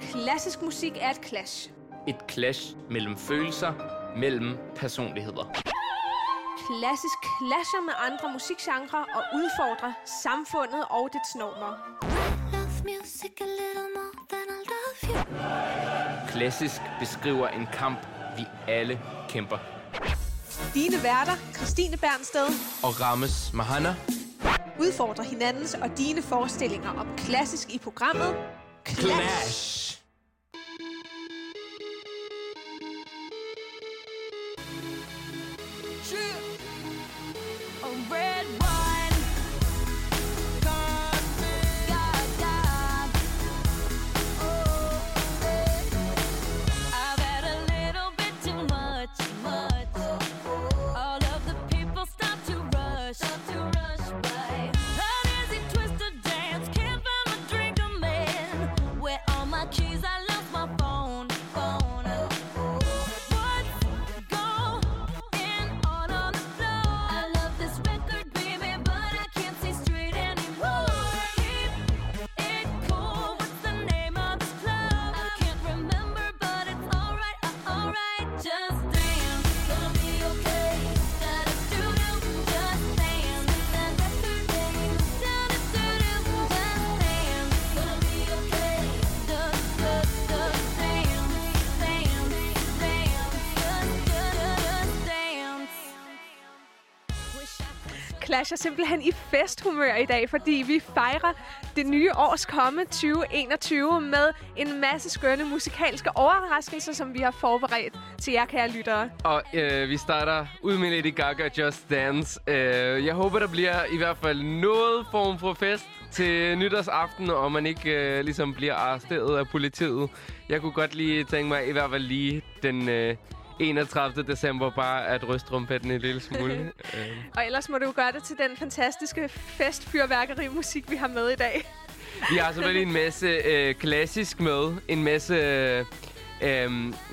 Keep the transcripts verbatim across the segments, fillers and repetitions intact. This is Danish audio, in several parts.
klassisk musik er et clash. Et clash mellem følelser, mellem personligheder. Klassisk clasher med andre musikgenrer og udfordrer samfundet og dets normer. Klassisk beskriver en kamp, vi alle kæmper. Dine værter, Christine Bernsted og Rames Mahana, udfordrer hinandens og dine forestillinger om klassisk i programmet Clash. Clash. Clash er simpelthen i festhumør i dag, fordi vi fejrer det nye års komme tyve enogtyve med en masse skønne musikalske overraskelser, som vi har forberedt til jer, kære lyttere. Og øh, vi starter ud med Lady Gaga Just Dance. Øh, jeg håber, der bliver i hvert fald noget form for fest til nytårsaften, og man ikke øh, ligesom bliver arresteret af politiet. Jeg kunne godt lige tænke mig i hvert fald lige den Øh, enogtredivte december bare at ryste rumpetten en lille smule. Og ellers må du gøre det til den fantastiske festfyrværkeri musik, vi har med i dag. Vi har selvfølgelig en masse øh, klassisk med. En masse øh, øh,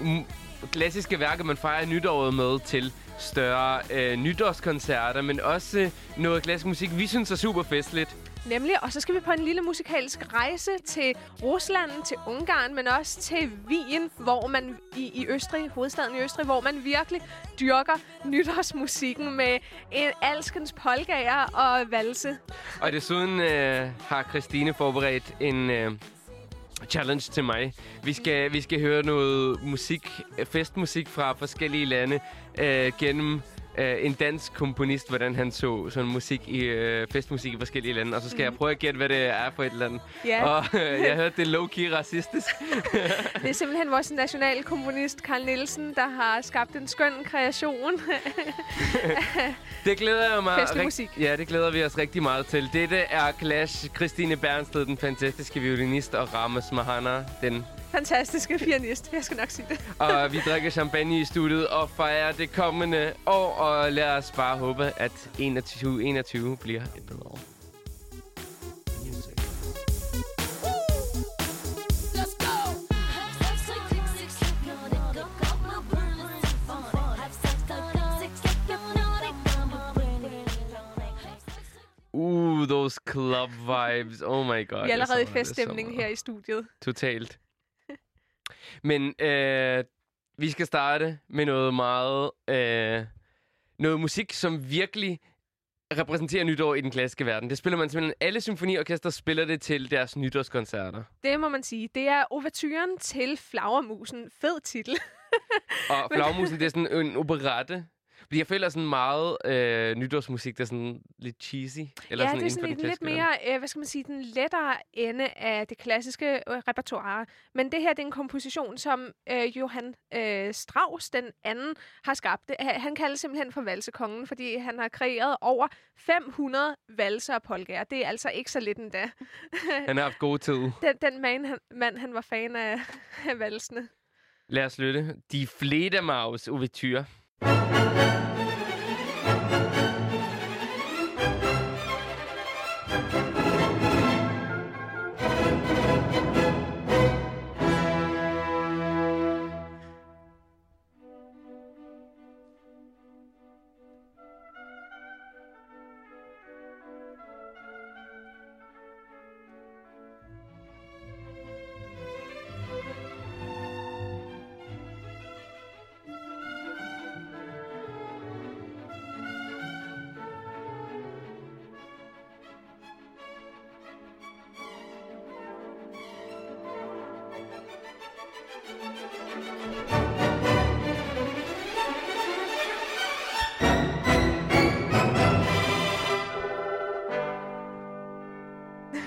klassiske værker, man fejrer nytåret med til større øh, nytårskoncerter, men også øh, noget klassisk musik, vi synes er super festligt. Nemlig, og så skal vi på en lille musikalsk rejse til Rusland, til Ungarn, men også til Wien, hvor man i, i Østrig, hovedstaden i Østrig, hvor man virkelig dyrker nytårsmusikken med en alskens polkaer og valse. Og desuden øh, har Christine forberedt en øh, challenge til mig. Vi skal, vi skal høre noget musik, festmusik fra forskellige lande øh, gennem Uh, en dansk komponist, hvordan han så sådan musik i uh, festmusik i forskellige lande. Og så skal mm. jeg prøve at gætte, hvad det er for et land. Yeah. Og uh, jeg hørte, det er low-key racistisk. Det er simpelthen vores nationalkomponist, Carl Nielsen, der har skabt en skøn kreation. Det glæder jeg mig. Festlig musik. Ja, det glæder vi os rigtig meget til. Dette er Clash. Christine Bernsted, den fantastiske violinist, og Rames Mahana, den fantastiske pianist. Jeg skal nok sige det. Og vi drikker champagne i studiet og fejrer det kommende år. Og lad os bare håbe, at enogtyve enogtyve bliver et bedre år. Uh, those club vibes. Oh my god. Vi er allerede i feststemning her i studiet. Totalt. Men øh, vi skal starte med noget meget øh, noget musik, som virkelig repræsenterer nytår i den klassiske verden. Det spiller man simpelthen. Alle symfoniorkester spiller det til deres nytårskoncerter. Det må man sige. Det er ouverturen til Flagermusen. Fed titel. Og Flagermusen, det er sådan en operette. Fordi jeg føler sådan meget øh, nytårsmusik, der er sådan lidt cheesy. Eller ja, sådan det er sådan en lidt mere, øh, hvad skal man sige, den lettere ende af det klassiske øh, repertoire. Men det her, det er en komposition, som øh, Johann øh, Strauss, den anden, har skabt. Det, han kaldes simpelthen for valsekongen, fordi han har kreeret over fem hundrede valser og polkaer. Det er altså ikke så lidt endda. Han har haft god tid. Den, den man, han, mand, han var fan af, af valsene. Lad os lytte. Die Fledermaus ouverture.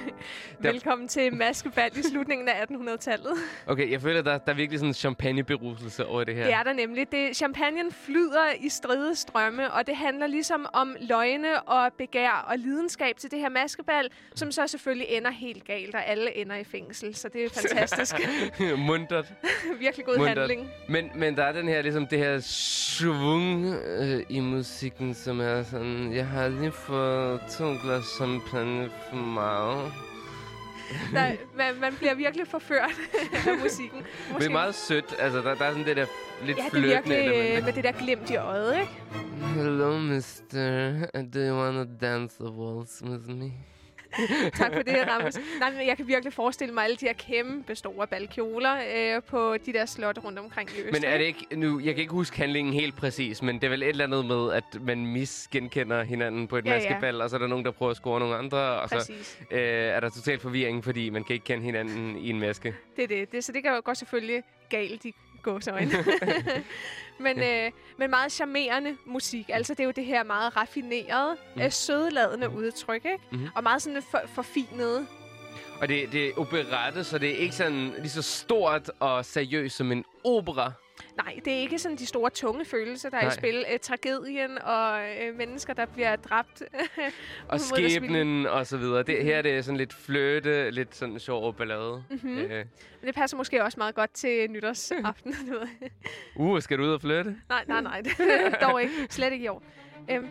Velkommen til maskebal i slutningen af attenhundredetallet. Okay, jeg føler, der, der er virkelig sådan en champagneberuselse over det her. Det er der nemlig. Det, champagnen flyder i stride strømme, og det handler ligesom om løgne og begær og lidenskab til det her maskebal, som så selvfølgelig ender helt galt, og alle ender i fængsel. Så det er fantastisk. Muntert. Virkelig god Muntert. handling. Men, men der er den her, ligesom det her svung øh, i musikken, som er sådan, jeg har lige fået to glas champagne for meget. Der, man, man bliver virkelig forført af musikken. Måske. Det er meget sødt. Altså, der, der er sådan det der lidt ja, det er flirtende virkelig element. med det der glimt i øjet, ikke? Hello, mister. Do you want to dance a waltz with me? Tak for det, Rammes. Nej, men jeg kan virkelig forestille mig alle de her kæmpe store balkjoler øh, på de der slotte rundt omkring i Østrig. Men er det ikke nu? Jeg kan ikke huske handlingen helt præcis, men det er vel et eller andet med, at man misgenkender hinanden på et ja, maskebal, ja. Og så er der nogen, der prøver at score nogle andre, og præcis. så øh, er der total forvirring, fordi man kan ikke kende hinanden i en maske. Det er det. det så det kan jo godt selvfølgelig galt i gåseøjne. men, ja. øh, men meget charmerende musik. Altså, det er jo det her meget raffinerede, mm. øh, sødladende udtryk, ikke? Mm-hmm. Og meget sådan for, forfinede. Og det, det er operette, så det er ikke sådan lige så stort og seriøst som en opera. Nej, det er ikke sådan de store, tunge følelser, der er Nej. i spil. Æ, tragedien og øh, mennesker, der bliver dræbt. og skæbnen og så videre. Det, her er det sådan lidt fløte, lidt sådan sjov ballade. Mm-hmm. Øh. Men det passer måske også meget godt til nytårsaften. uh, skal du ud og flirte? Nej, nej, nej. Dog ikke. Slet ikke i år. Øhm.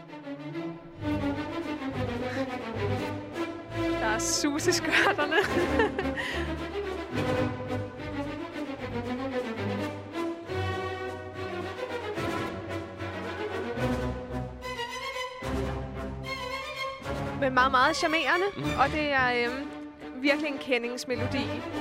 Der er sus i skørterne. Men meget, meget charmerende. Mm. Og det er øhm, virkelig en kendingsmelodi.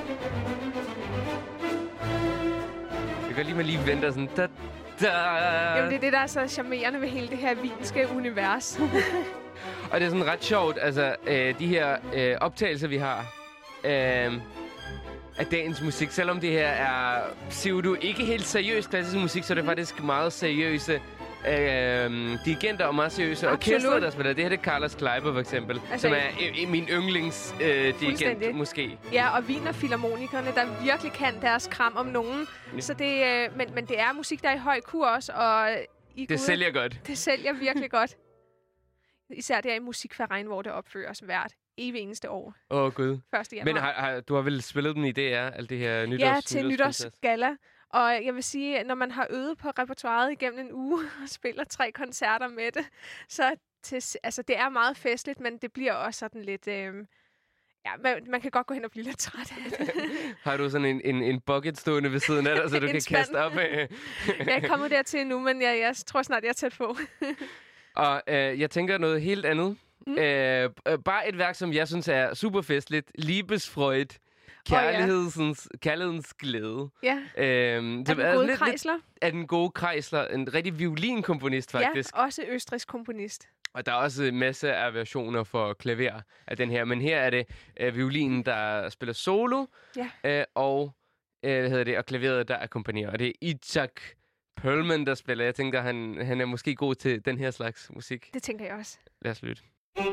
Jeg kan lige med lige vente sådan... Da, da. Jamen, det er det, der er så charmerende ved hele det her vinske univers. Og det er sådan ret sjovt, altså øh, de her øh, optagelser, vi har øh, af dagens musik. Selvom det her er, pseudo, ikke helt seriøs klassisk musik, så er det faktisk meget seriøse øh, dirigenter og meget seriøse orkester, der spiller. Det her det er Carlos Kleiber for eksempel, altså, som er øh, min yndlings øh, dirigent måske. Ja, og Wiener Philharmonikerne, der virkelig kan deres kram om nogen. Ja. Så det, øh, men, men det er musik, der er i høj kur også. Og i det Gud, sælger godt. Det sælger virkelig godt. Især der i Musikverein, hvor det opføres hvert evig eneste år. Åh, oh, Gud. første januar. Men har, har, du har vel spillet den i D R, alt det her nytårs? Ja, til nytårsgalla. Og jeg vil sige, når man har øvet på repertoiret igennem en uge og spiller tre koncerter med det, så til, altså, det er meget festligt, men det bliver også sådan lidt... Øh, ja, man, man kan godt gå hen og blive lidt træt af det. Har du sådan en, en, en bucket stående ved siden af dig, så du kan spand. Kaste op af? Jeg er ikke kommet dertil nu, men jeg, jeg tror snart, jeg er tæt på. Og øh, jeg tænker noget helt andet. Mm. Øh, bare et værk, som jeg synes er super festligt. Liebesfreud. Kærlighedens, oh, ja. Kærlighedens glæde. Ja. Øhm, er den gode lidt, Kreisler? Lidt, er den gode Kreisler. En rigtig violinkomponist, faktisk. Ja, også østrigsk komponist. Og der er også en masse af versioner for klaver af den her. Men her er det øh, violinen, der spiller solo. Ja. Øh, og, øh, hvad hedder det, og klaveret, der akkompagnerer. Og det er Itzhak Perlman, der spiller. Jeg tænker, han, han er måske god til den her slags musik. Det tænker jeg også. Lad os lytte.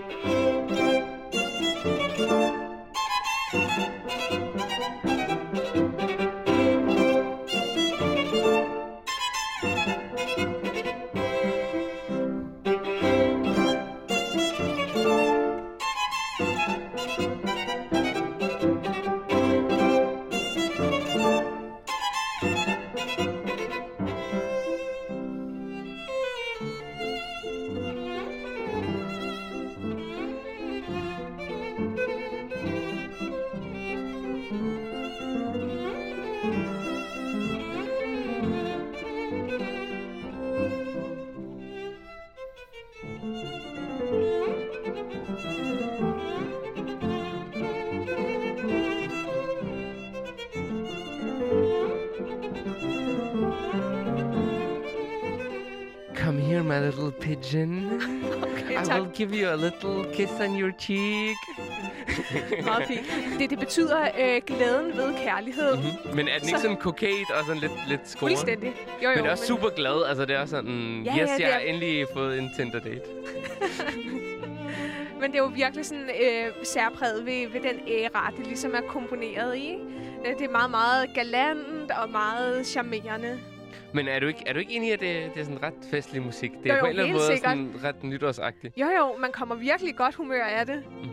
Come here, my little pigeon. Okay, I tak. will give you a little kiss on your cheek. Meget fint. Det, det betyder øh, glæden ved kærlighed. Mm-hmm. Men er den så... ikke sådan koket og sådan lidt, lidt scoret? Fuldstændig. Jo, jo, men det er også men... super glad. Altså, det er sådan, ja, yes, ja, jeg har er... endelig fået en Tinder date. Men det er jo virkelig sådan øh, særpræget ved, ved den æra, det ligesom er komponeret i. Det er meget, meget galant og meget charmerende. Men er du ikke, er du ikke enig i, at det, det er sådan ret festlig musik? Det er jo, på en eller anden måde sikkert. sådan ret nytårsagtigt. Jo, jo, man kommer virkelig godt humør af det. Mm.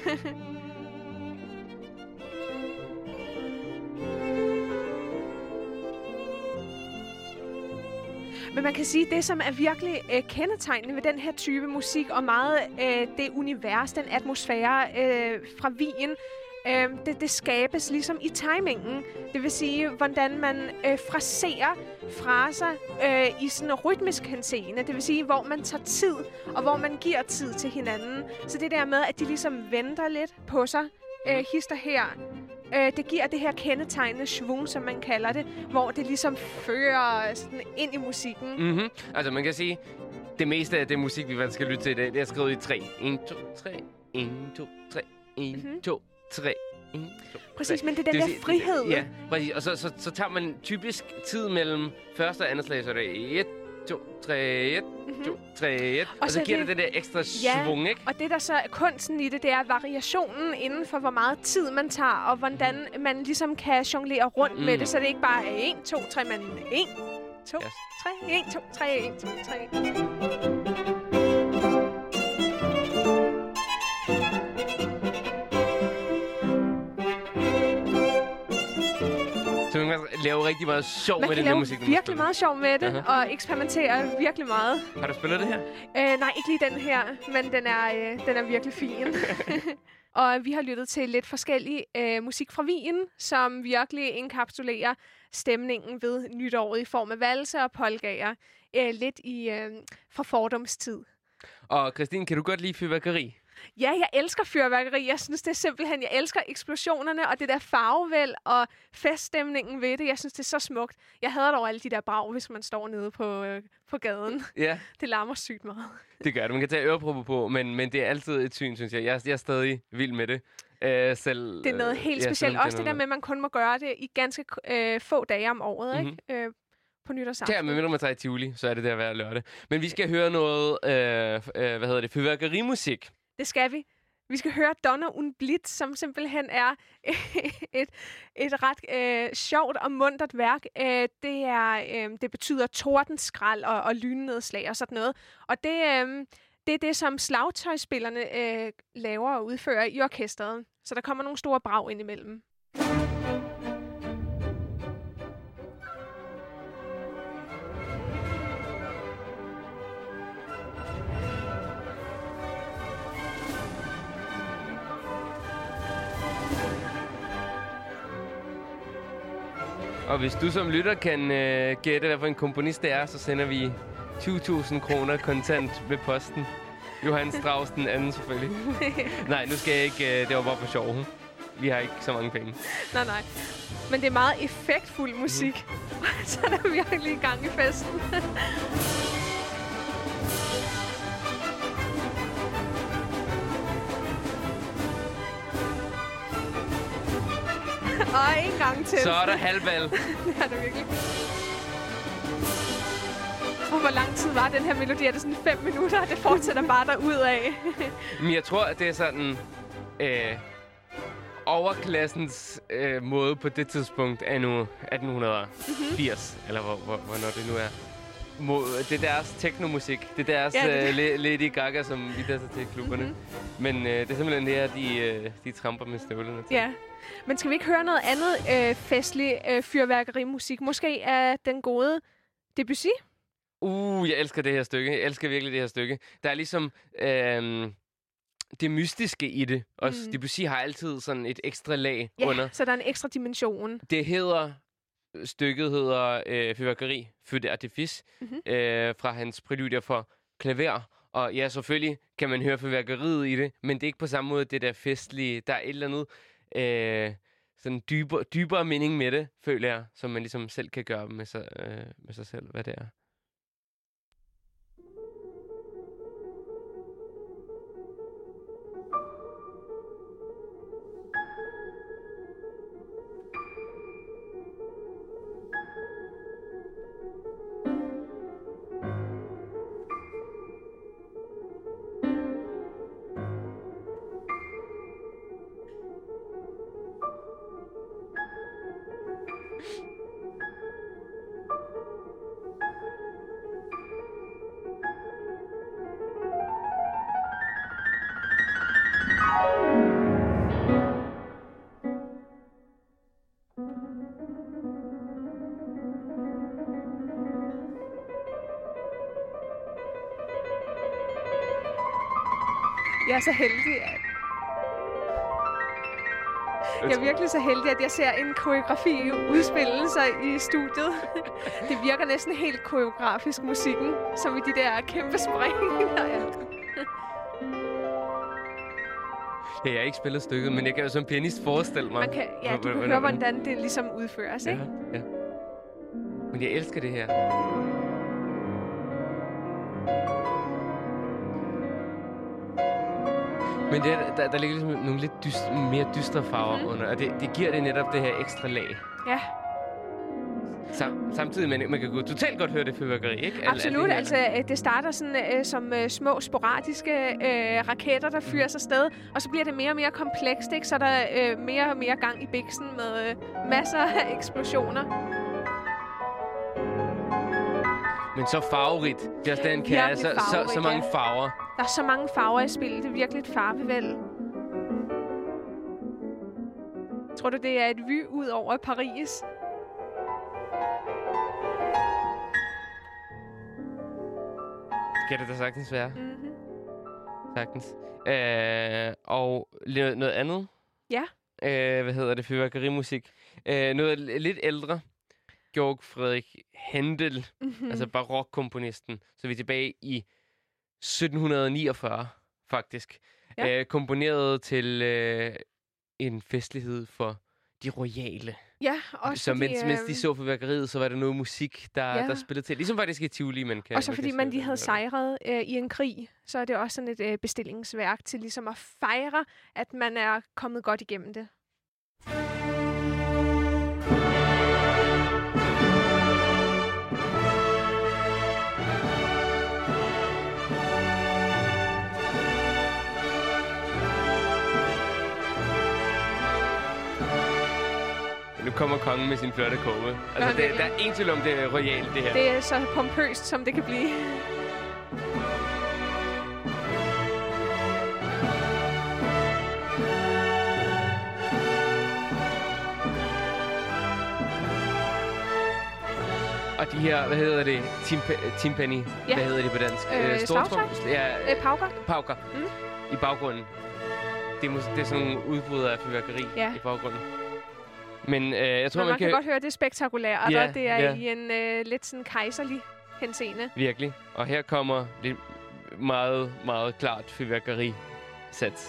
Men man kan sige, at det, som er virkelig øh, kendetegnende ved den her type musik, og meget øh, det univers, den atmosfære øh, fra Wien, øh, det, det skabes ligesom i timingen. Det vil sige, hvordan man øh, fraserer fraser øh, i sådan en rytmisk henseende. Det vil sige, hvor man tager tid, og hvor man giver tid til hinanden. Så det der med, at de ligesom venter lidt på sig, øh, hister her. Øh, det giver det her kendetegnende schwung, som man kalder det, hvor det ligesom fører sådan ind i musikken. Mm-hmm. Altså, man kan sige, det meste af det musik, vi skal lytte til i dag, det er skrevet i tre. en, to, tre. en, to, tre. en, to, tre. en, to, præcis, tre. men det er den der sige, frihed. Det, ja, præcis. Og så, så, så tager man typisk tid mellem første og andet slag, så er det et, to, tre, et, mm-hmm. to, tre, et. Og, og så, så giver det det der ekstra ja, svung, ikke? Og det, der så er kunsten i det, det er variationen inden for, hvor meget tid man tager, og hvordan man ligesom kan jonglere rundt mm. med det, så det ikke bare er en, to, tre, men en, to, yes. tre, en, to, tre, en, to, tre. Så man kan lave rigtig meget sjov man med den her musik. Man kan lave virkelig meget sjov med det, uh-huh. og eksperimentere virkelig meget. Har du spillet det her? Øh, nej, ikke lige den her, men den er, øh, den er virkelig fin. Og vi har lyttet til lidt forskellig øh, musik fra Wien, som virkelig enkapsulerer stemningen ved nytåret i form af valser og polkaer. Øh, lidt i øh, fra fordomstid. Og Christine, kan du godt lide fyrværkeri? Ja, jeg elsker fyrværkeri. Jeg synes det er simpelthen, jeg elsker eksplosionerne og det der farvevæld og feststemningen ved det. Jeg synes, det er så smukt. Jeg hader dog alle de der brag, hvis man står nede på, øh, på gaden. Ja. Det larmer sygt meget. Det gør det. Man kan tage ørepropper på, men, men det er altid et syn, synes jeg. Jeg, jeg er stadig vild med det. Uh, selv, det er noget helt uh, specielt. Ja, også det der med, at man kun må gøre det i ganske øh, få dage om året, mm-hmm. ikke? Øh, på nytårsaften. Ja, men når man tager i Tivoli, så er det der hver lørdag. Men vi skal høre noget, øh, øh, hvad hedder det, fyrværkerimusik. Det skal vi. Vi skal høre Donner und Blitz, som simpelthen er et, et ret øh, sjovt og muntert værk. Øh, det, er, øh, det betyder tordenskrald og, og lynnedslag og sådan noget. Og det, øh, det er det, som slagtøjspillerne øh, laver og udfører i orkestret. Så der kommer nogle store brag ind imellem. Og hvis du som lytter kan øh, gætte, hvad for en komponist det er, så sender vi tyve tusind kroner kontant ved posten. Johan Strauss den anden selvfølgelig. Nej, nu skal jeg ikke. Øh, det var bare for sjov. Vi har ikke så mange penge. Nej, nej. Men det er meget effektfuld musik. Mm. Så er der virkelig i gang i festen. Og en gang til. Så er der halvbal. Det er det virkelig. Og hvor lang tid var den her melodi? Er det sådan fem minutter? Det fortsætter bare derudad. Men jeg tror, at det er sådan øh, overklassens øh, måde på det tidspunkt er nu atten firs, mm-hmm. eller hvor, hvor, hvornår det nu er. Mod, det er deres teknomusik. Det er deres ja, det uh, Lady Gaga, som vi danser til i klubberne. Mm-hmm. Men uh, det er simpelthen det her, de, uh, de tramper med støvlerne til. Ja, men skal vi ikke høre noget andet uh, festlig uh, fyrværkerimusik? Måske er den gode Debussy? Uh, jeg elsker det her stykke. Jeg elsker virkelig det her stykke. Der er ligesom øh, det mystiske i det. Og mm. Debussy har altid sådan et ekstra lag ja, under. Så der er en ekstra dimension. Det hedder... Stykket hedder øh, Fyrværkeri, Feu d'artifice, mm-hmm. øh, fra hans præludier for klaver. Og ja, selvfølgelig kan man høre fyrværkeriet i det, men det er ikke på samme måde det der festlige. Der er et eller andet øh, sådan dybere, dybere mening med det, føler jeg, som man ligesom selv kan gøre med sig, øh, med sig selv, hvad det er. Jeg er så heldig, at... Jeg er virkelig så heldig, at jeg ser en koreografi udspille sig i studiet. Det virker næsten helt koreografisk, musikken, som i de der kæmpe spring og alt. Ja, jeg har ikke spillet stykket, men jeg kan jo som pianist forestille mig... Man kan, ja, du kan høre, hvordan det ligesom udføres, ikke? Ja, ja. Men jeg elsker det her. Men det, der, der ligger ligesom nogle lidt dyst, mere dystre farver mm. under, og det, det giver det netop det her ekstra lag. Ja. Sam, samtidig, man, man kan gå totalt godt høre det fyrværkeri, ikke? Absolut. Al, altså, det starter sådan øh, som øh, små, sporadiske øh, raketter, der fyres afsted, og så bliver det mere og mere komplekst, ikke? Så er der øh, mere og mere gang i biksen med øh, masser af eksplosioner. Men så farverigt. Just den kan så, så, så mange farver. Der er så mange farver i spillet. Det er virkelig et farvevæld. Tror du, det er et vy ud over Paris? Det kan det da sagtens være. Mm-hmm. Sagtens. Øh, og noget andet. Ja. Øh, hvad hedder det? Fyrværkerimusik. Øh, noget lidt ældre. Georg Friedrich Händel, mm-hmm. altså barokkomponisten. Så vi er tilbage i sytten niogfyrre, faktisk. Ja. Øh, komponeret til øh, en festlighed for de royale. Ja, også så fordi... mens, mens de så fyrværkeriet, så var der noget musik, der, ja. der spillede til. Ligesom faktisk i Tivoli, man kan... Og så fordi man de havde sejret øh, i en krig, så er det også sådan et øh, bestillingsværk til ligesom at fejre, at man er kommet godt igennem det. Nu kommer kongen med sin flotte kåbe. Altså, det, der er ingen tvivl om, det er royalt, det her. Det er så pompøst, som det kan blive. Og de her, hvad hedder det? Timp- timpani. Ja. Hvad hedder det på dansk? Øh, Stortrum? Ja, øh, pauker. Pauker. Mm. I baggrunden. Det er, det er sådan nogle udbrud af fyrværkeri ja. i baggrunden. Men øh, jeg tror, Men man, man kan kan... godt høre, det er spektakulært, ja, og det er ja. i en øh, lidt sådan kejserlig henseende. Virkelig. Og her kommer lidt meget, meget klart fyrværkeri-sats.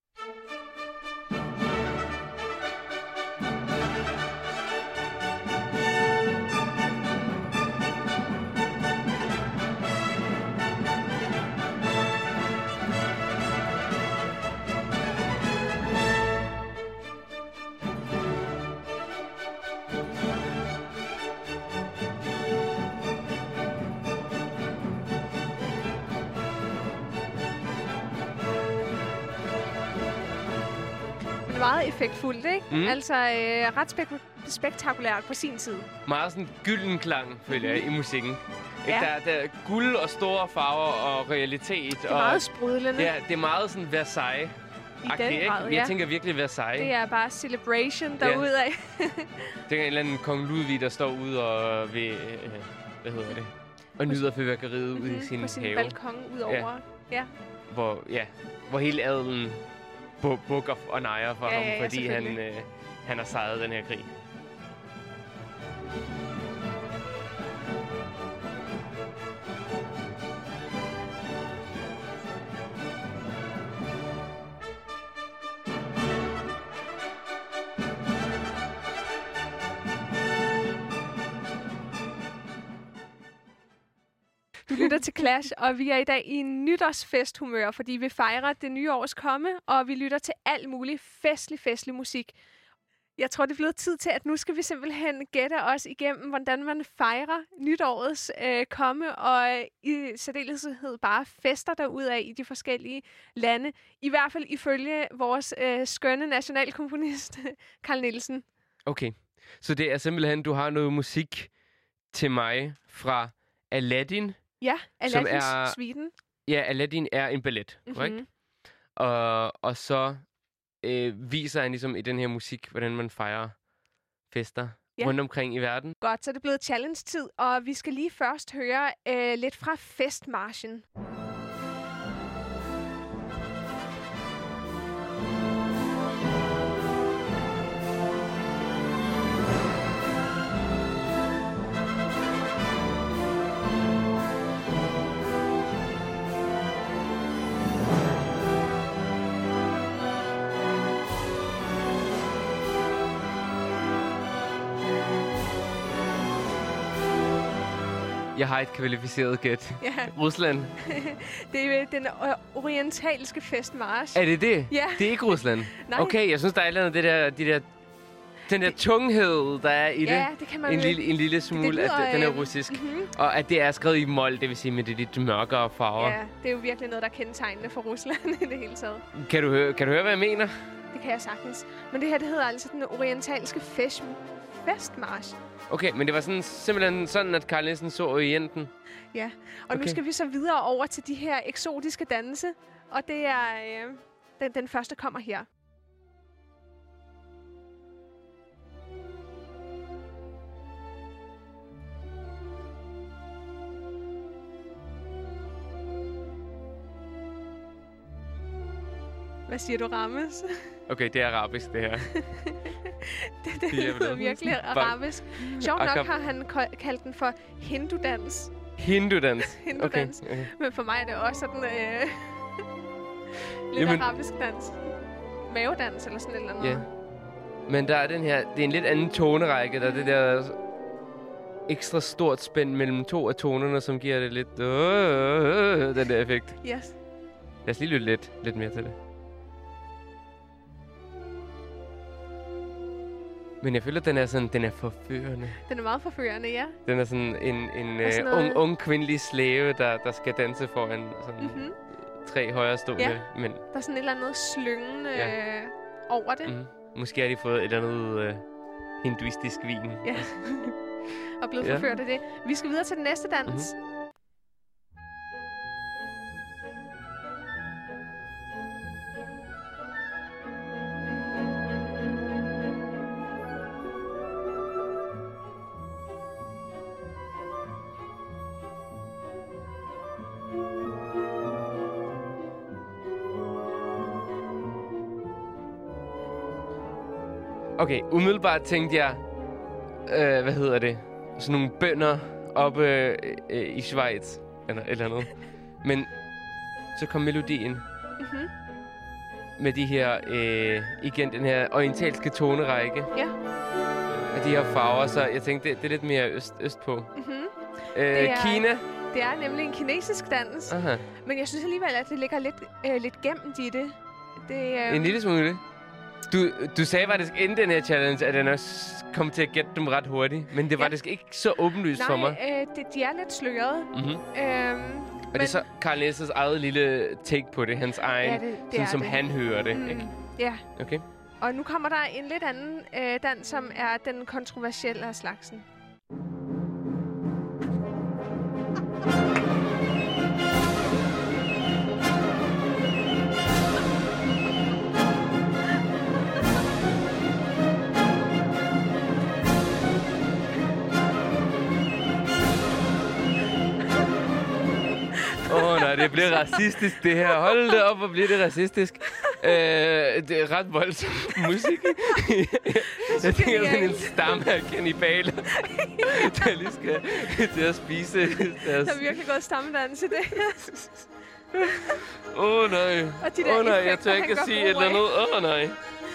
Meget effektfuldt, ikke? Mm. Altså øh, ret spek- spektakulært på sin tid. Meget sådan gylden klang, føler jeg, i musikken. Ja. Der, der er guld og store farver og realitet. Det er meget og, sprudlende. Ja, det er meget sådan Versailles. I den grad, ja. Jeg tænker virkelig Versailles. Det er bare celebration derudad. Ja. Det er en eller anden kong Ludvig, der står ude og ved, øh, hvad hedder det, og nyder fyrværkeriet mm-hmm. ude i sin have. På sin balkon udover. Ja. Ja. Hvor, ja, hvor hele adelen bukker og nejer for ja, ham, ja, ja, fordi han, øh, han har sejret den her krig. Du lytter til Clash, og vi er i dag i en nytårsfesthumør, fordi vi fejrer det nye års komme, og vi lytter til alt muligt festlig, festlig musik. Jeg tror, det er blevet tid til, at nu skal vi simpelthen gætte os igennem, hvordan man fejrer nytårets øh, komme, og i særdeleshed bare fester derudad i de forskellige lande. I hvert fald ifølge vores øh, skønne nationalkomponist, Carl Nielsen. Okay, så det er simpelthen, du har noget musik til mig fra Aladdin. Ja, Aladdins Sviten. Ja, Aladdin er en ballet, korrekt? Mm-hmm. Og, og så øh, viser han ligesom i den her musik, hvordan man fejrer fester ja. rundt omkring i verden. Godt, så er det blevet challenge-tid, og vi skal lige først høre øh, lidt fra festmarchen. Jeg har et kvalificeret gæt. Ja. Rusland. Det er den orientalske festmarch. Er det det? Ja. Det er ikke Rusland? Nej. Okay, jeg synes, der er et eller andet, det der, de der, den der tunghed, der er i det. Ja, det kan man en vel- lille, en lille smule, det lyder, at den er øh, russisk. mhm. Og at det er skrevet i mol, det vil sige med de lidt mørkere farver. Ja, det er jo virkelig noget, der er kendetegnende for Rusland i det hele taget. Kan du høre, kan du høre, hvad jeg mener? Det kan jeg sagtens. Men det her, det hedder altså den orientalske fest festmarch. Okay, men det var sådan, simpelthen sådan, at Carl Nielsen så Orienten. Ja, og Okay. nu skal vi så videre over til de her eksotiske danse. Og det er... Øh, den, den første kommer her. Hvad siger du, Rammes? Okay, det er arabisk, det her. det det Det er lyder vel- virkelig Bare- arabisk. Sjovt nok Akab- har han ko- kaldt den for hindudans. Hindudans. Hindudans. Okay. okay. Men for mig er det også sådan øh, lidt Jamen- arabisk dans. Mavedans eller sådan et eller andet. Ja. Men der er den her, det er en lidt anden tonerække, der er det der ekstra stort spænd mellem to af tonerne, som giver det lidt, øh, den der effekt. Yes. Lad os lige lytte lidt, lidt mere til det. Men jeg føler, at den er sådan, den er forførende. Den er meget forførende, ja. Den er sådan en, en Og sådan øh, noget- ung, ung kvindelig slave, der, der skal danse foran sådan Mm-hmm. tre højrestående Ja. mænd. Der er sådan et eller andet slyngende Ja. øh, over det. Mm. Måske har de fået et eller andet øh, hinduistisk vin. Ja. Og blevet Ja. forført af det. Vi skal videre til den næste dans. Mhm. Okay, umiddelbart tænkte jeg, øh, hvad hedder det, sådan nogle bønder oppe øh, øh, i Schweiz, eller et eller andet. Men så kom melodien Mm-hmm. med de her, øh, igen den her orientalske tonerække. Ja. Og de her farver, så jeg tænkte, det, det er lidt mere øst, øst på. Mm-hmm. Øh, Det er- Kina. Det er nemlig en kinesisk dans. Aha. Men jeg synes alligevel, at det ligger lidt, øh, lidt gemt i det. det øh, En lille smule. Du, du sagde faktisk inden den her challenge, at den også kom til at gætte dem ret hurtigt. Men det var Ja. faktisk ikke så åbenlyst Nej, for mig. øh, det, de er lidt slørede. Mm-hmm. Øhm, Og det er så Carl Nielsens eget lille take på det. Hans egen, ja, det, det sådan er som det. han hører det. Mm, Ikke? ja, Okay. og nu kommer der en lidt anden øh, dans, som er den kontroversielle af slagsen. Åh oh, nej, det bliver racistisk det her. Hold det op, og bliver det racistisk. Øh, det er ret voldsom musik. Jeg tænker sådan en stamme af kannibaler, der lige skal til at spise deres... Der er virkelig gået stammedans i det. Åh oh, nej. Og de der Åh oh, nej, jeg effekter, tør han ikke at gør sige brug et eller af. andet. Åh oh, nej.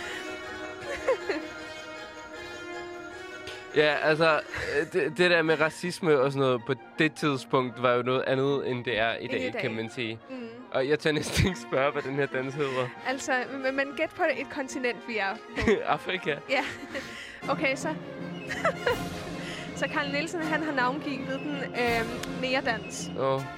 Ja, altså, øh, det, det der med racisme og sådan noget på det tidspunkt var jo noget andet, end det er i End dag, i dag. kan man sige. Mm. Og jeg tør næsten ikke spørge, hvad den her dans hedder. Altså, men, men gæt på et kontinent, vi er på. Afrika. Ja. Okay, så... så Carl Nielsen, han har navngivet den øh, næredans. Åh. Oh.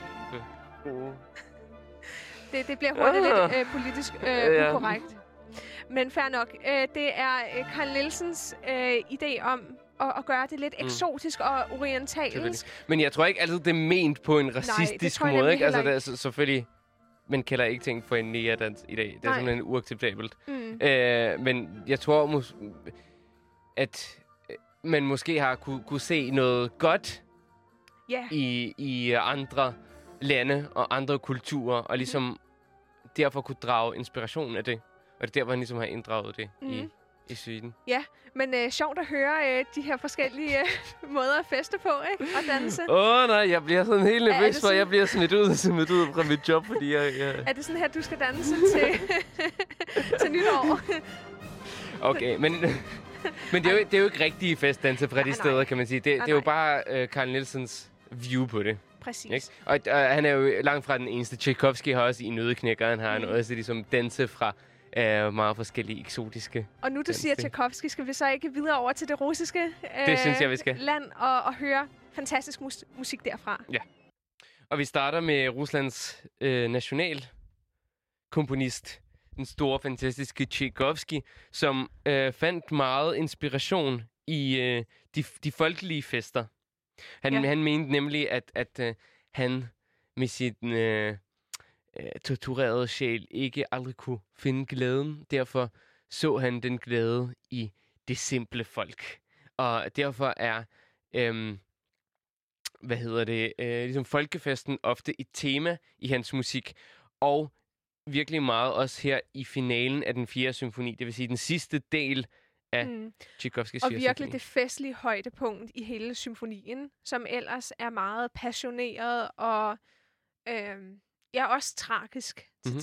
Det, det bliver hurtigt Ah. lidt øh, politisk øh, Ja. ukorrekt. Men fair nok. Øh, det er øh, Carl Nielsens øh, idé om at, at gøre det lidt Mm. eksotisk og orientalsk. Selvfølgelig. Men jeg tror ikke altid, det er ment på en racistisk tror jeg måde, nemlig ikke? Altså, heller det er så- selvfølgelig... Man kalder ikke ting for en næredans i dag. Det er Nej. simpelthen uacceptabelt. Mm. Øh, men jeg tror, mås- at øh, man måske har kunne, kunne se noget godt Ja, i, i andre lande og andre kulturer, og ligesom derfor kunne drage inspiration af det. Og det er der, hvor han ligesom har inddraget det mm. i, Mhm. i syden. men øh, sjovt at høre øh, de her forskellige øh, måder at feste på, ikke? Og danse. Åh oh, nej, jeg bliver sådan helt Er- er nervøs, det for sådan- jeg bliver smidt ud, smidt ud fra mit job, fordi jeg... jeg... Er det sådan her, du skal danse til, til nytår? Okay, men, men det, er jo, det er jo ikke rigtige festdanse fra de Nej, nej. steder, kan man sige. Det, Nej, det er jo nej. bare øh, Carl Nielsens view på det. Præcis. Ikke? Og, og han er jo langt fra den eneste. Tchaikovsky har også i Nøddeknækkeren, har han mm. også ligesom danse fra øh, meget forskellige eksotiske. Og nu du siger Tchaikovsky, skal vi så ikke videre over til det russiske øh, det synes jeg, vi skal. land og, og høre fantastisk mus- musik derfra. Ja. Og vi starter med Ruslands øh, nationalkomponist, den store, fantastiske Tchaikovsky, som øh, fandt meget inspiration i øh, de, de folkelige fester. Han, ja. han mente nemlig, at, at øh, han med sin øh, øh, torturerede sjæl ikke aldrig kunne finde glæden. Derfor så han den glæde i det simple folk. Og derfor er, øh, hvad hedder det, øh, ligesom folkefesten ofte et tema i hans musik. Og virkelig meget også her i finalen af den fjerde symfoni, det vil sige den sidste del af mm. Tchaikovskys og virkelig det festlige højdepunkt i hele symfonien, som ellers er meget passioneret og øh, ja, også tragisk. Mm-hmm.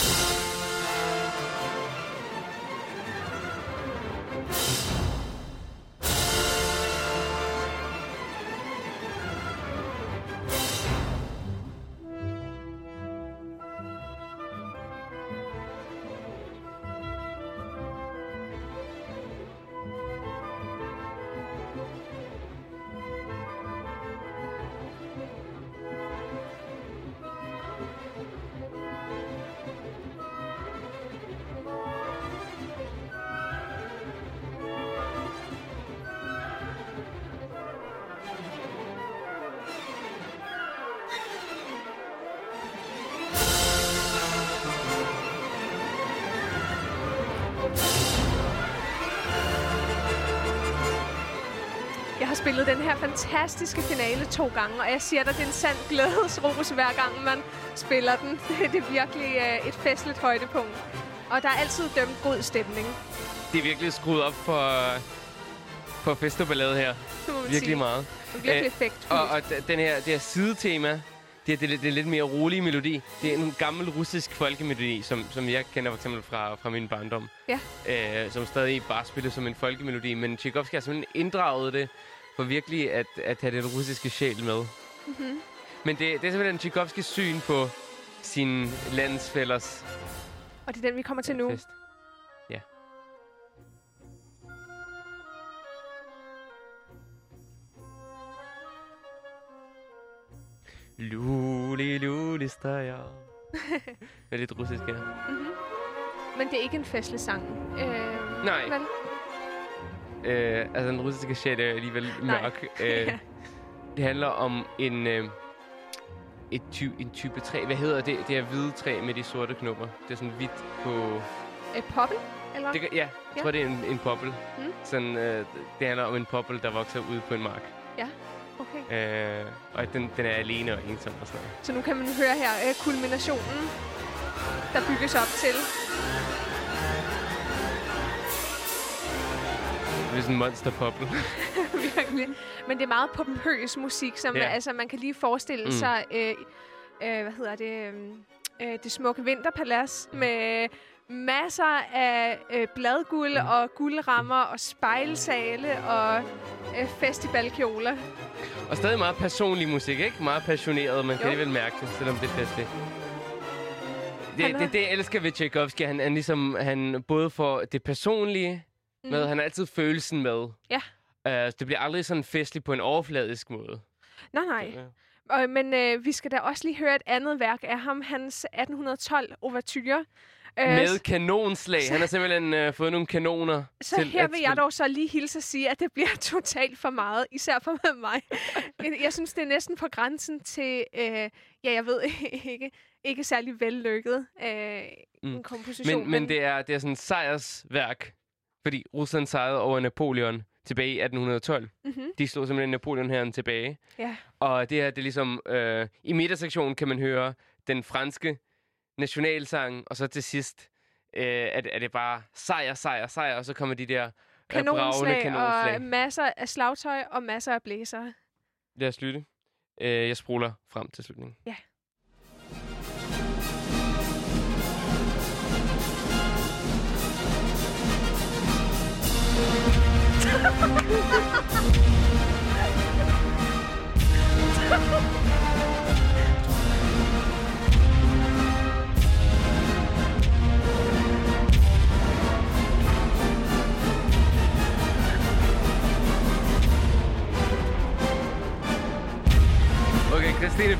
Jeg har spillet den her fantastiske finale to gange, og jeg siger dig, det er en sand glædesros hver gang, man spiller den. Det er virkelig øh, et festligt højdepunkt. Og der er altid dømt god stemning. Det er virkelig skruet op for, for fest og ballade her. Virkelig sige. Meget. Det er virkelig effektfuldt. Og, og den her, det her sidetema, det er, det, det er lidt mere rolige melodi. Det er en gammel russisk folkemelodi, som, som jeg kender for eksempel fra, fra min barndom. Ja. Øh, som stadig bare spilles som en folkemelodi. Men Tchaikovsky har simpelthen inddraget det for virkelig at, at have den russiske sjæl med. Mm-hmm. Men det, det er simpelthen Tchaikovskys syn på sine landsfællers. Og det er den, vi kommer til nu. Fest. Ja. Luli, luli, stager. Det er lidt russisk, ja. Mm-hmm. Men det er ikke en festlig sang. Øh, Nej. Men Øh, altså, den russiske sjæl er alligevel mørk. Øh, ja. Det handler om en, øh, et ty- en type træ. Hvad hedder det? Det er hvide træ med de sorte knopper. Det er sådan hvidt på... Et poppel, eller? Det, ja, jeg ja. tror, det er en, en poppel. Mm. Sådan, øh, det handler om en poppel, der vokser ude på en mark. Ja, okay. Øh, og den, den er alene og ensom og sådan noget. Så nu kan man høre her øh, kulminationen, der bygges op til... Det er sådan en monsterpoppel. Virkelig. Men det er meget pompøs musik, som yeah. altså, man kan lige forestille mm. sig, øh, øh, hvad hedder det, øh, det smukke vinterpalads mm. med masser af øh, bladguld mm. og guldrammer og spejlsale og øh, festivalkjoler. Og stadig meget personlig musik, ikke? Meget passioneret, man jo. kan alligevel mærke det, selvom det er festligt. Det, det, det, det jeg elsker ved Tchaikovsky, han, han ligesom, han både får det personlige med, mm. han har altid følelsen med. Ja. Uh, det bliver aldrig sådan festligt på en overfladisk måde. Nej, nej. Ja. Uh, men uh, vi skal da også lige høre et andet værk af ham, hans atten tolv ouverture. Uh, med kanonslag. Så, han har simpelthen uh, fået nogle kanoner. Så til her vil jeg dog så lige hilse at sige, at det bliver totalt for meget, især for mig. Jeg synes, det er næsten på grænsen til, uh, ja, jeg ved ikke, ikke særlig vellykket uh, mm. en komposition. Men, men, men det er det er sådan et sejrsværk. Fordi Rusland sejrede over Napoleon tilbage i atten tolv. Mm-hmm. De slog simpelthen Napoleon-hæren tilbage. Ja. Og det her, det er ligesom... Øh, i midtersektionen kan man høre den franske nationalsang, og så til sidst øh, er, er det bare sejr, sejr, sejr, og så kommer de der øh, kanonslag, kanonslag og masser af slagtøj og masser af blæsere. Lad os lytte. Øh, jeg spoler frem til slutningen. Ja.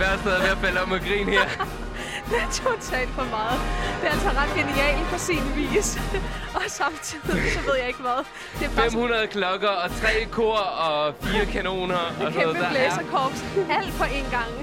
værste er ved at falde om og grine her. Det er totalt for meget. Det er altså ret genialt på sin vis. Og samtidig, så ved jeg ikke hvad. Det er fem hundrede klokker og tre kor og fire kanoner. Det og kæmpe der blæserkorps. Alt på én gang.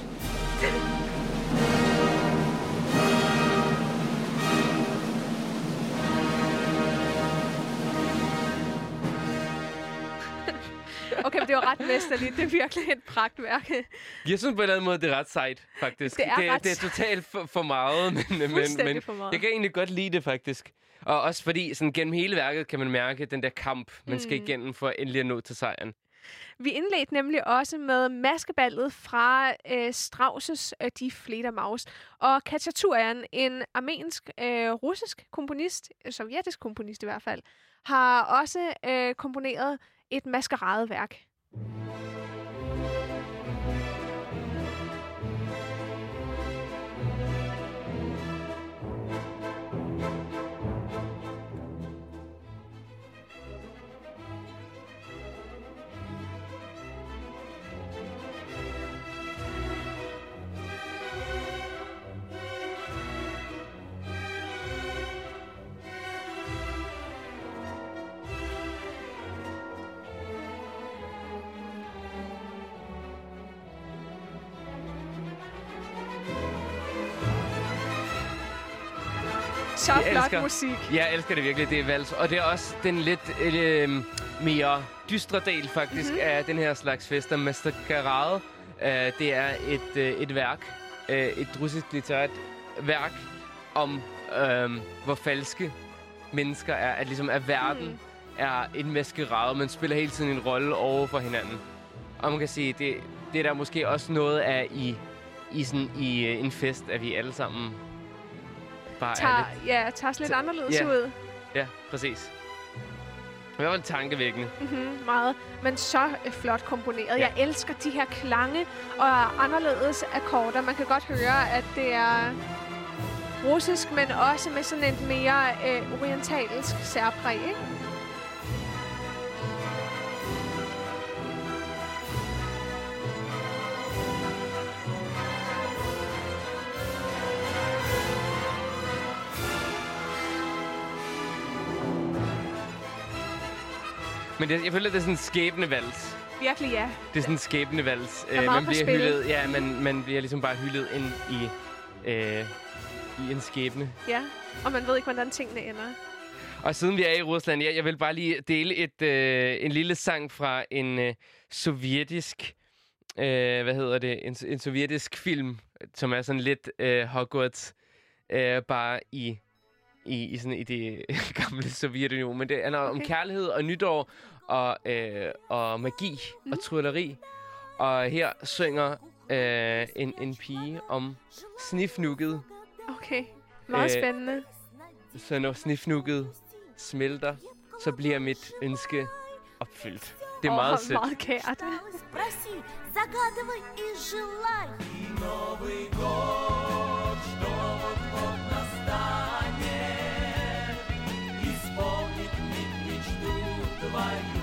Okay, men det var ret mesterligt. Det er virkelig et pragtværk. Jeg synes på en eller anden måde, det er ret sejt, faktisk. Det er det, ret det er totalt for, for meget, men, men, men for meget. jeg kan egentlig godt lide det, faktisk. Og også fordi, sådan gennem hele værket kan man mærke den der kamp, man mm. skal igennem for endelig at nå til sejren. Vi indledte nemlig også med maskeballet fra øh, Strauss' øh, Die Fledermaus. Og Khachaturian, en armensk, øh, russisk komponist, sovjetisk komponist i hvert fald, har også øh, komponeret et maskeradeværk. Så Jeg flot elsker- musik. Jeg elsker det virkelig, det er vals. Og det er også den lidt øh, mere dystre del, faktisk, mm-hmm. af den her slags fester. Maskerade, øh, det er et, øh, et værk, øh, et russisk litterært værk, om øh, hvor falske mennesker er. At ligesom, at verden mm. er en maskerade. Man spiller hele tiden en rolle over for hinanden. Og man kan sige, det, det er der måske også noget af i, i, sådan, i øh, en fest, at vi alle sammen bare Tager, er lidt... ja, tager lidt Ta- anderledes ja. ud. Ja, præcis. Det var vel tankevækkende. Mm-hmm, meget. Men så øh, flot komponeret. Ja. Jeg elsker de her klange og anderledes akkorder. Man kan godt høre, at det er russisk, men også med sådan et mere øh, orientalsk særpræg, ikke? Men det, jeg føler, det er sådan en skæbnevals. Virkelig, ja. Det er sådan en skæbnevals. er meget man på bliver spil. hyldet, ja, man, man bliver ligesom bare hyldet ind i, øh, i en skæbne. Ja, og man ved ikke, hvordan tingene ender. Og siden vi er i Rusland, jeg, jeg vil bare lige dele et, øh, en lille sang fra en øh, sovjetisk, øh, hvad hedder det, en, en sovjetisk film, som er sådan lidt øh, Hogwarts, øh, bare i, i, i, sådan, i det gamle Sovjetunion. Men det handler okay. om kærlighed og nytår og, øh, og magi mm. og trylleri. Og her synger øh, en, en pige om snifnukket. Okay, meget Øh, spændende. Så når snifnukket smelter, så bliver mit ønske opfyldt. Det er Åh, meget sødt. meget kært. Проси, загадывай и желай. Новый год, что вот-вот настанет, исполнит миг мечту твою.